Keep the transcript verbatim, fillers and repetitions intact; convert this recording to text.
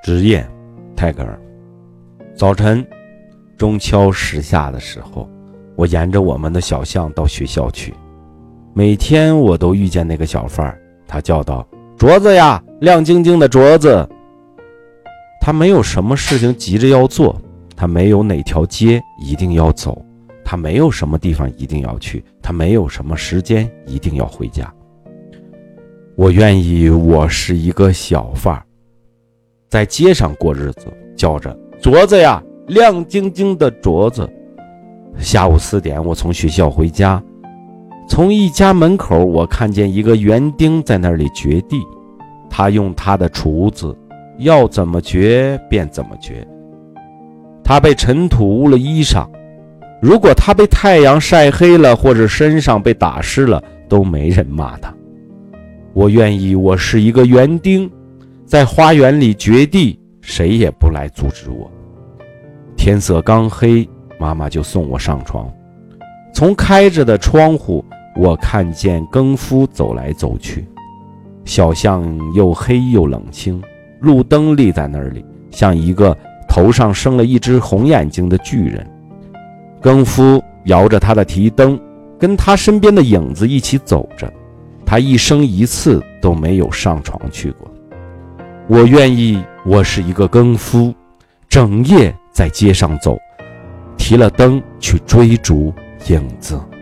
职业泰戈尔。早晨钟敲时下的时候，我沿着我们的小巷到学校去。每天我都遇见那个小贩，他叫道：镯子呀，亮晶晶的镯子。他没有什么事情急着要做，他没有哪条街一定要走，他没有什么地方一定要去，他没有什么时间一定要回家。我愿意我是一个小贩，在街上过日子，叫着镯子呀，亮晶晶的镯子。下午四点，我从学校回家，从一家门口，我看见一个园丁在那里掘地，他用他的锄子，要怎么掘便怎么掘。他被尘土污了衣裳，如果他被太阳晒黑了，或者身上被打湿了，都没人骂他。我愿意我是一个园丁，在花园里掘地，谁也不来阻止我。天色刚黑，妈妈就送我上床。从开着的窗户，我看见更夫走来走去。小巷又黑又冷清，路灯立在那里，像一个头上生了一只红眼睛的巨人。更夫摇着他的提灯，跟他身边的影子一起走着。他一生一次都没有上床去过。我愿意我是一个更夫，整夜在街上走，提了灯去追逐影子。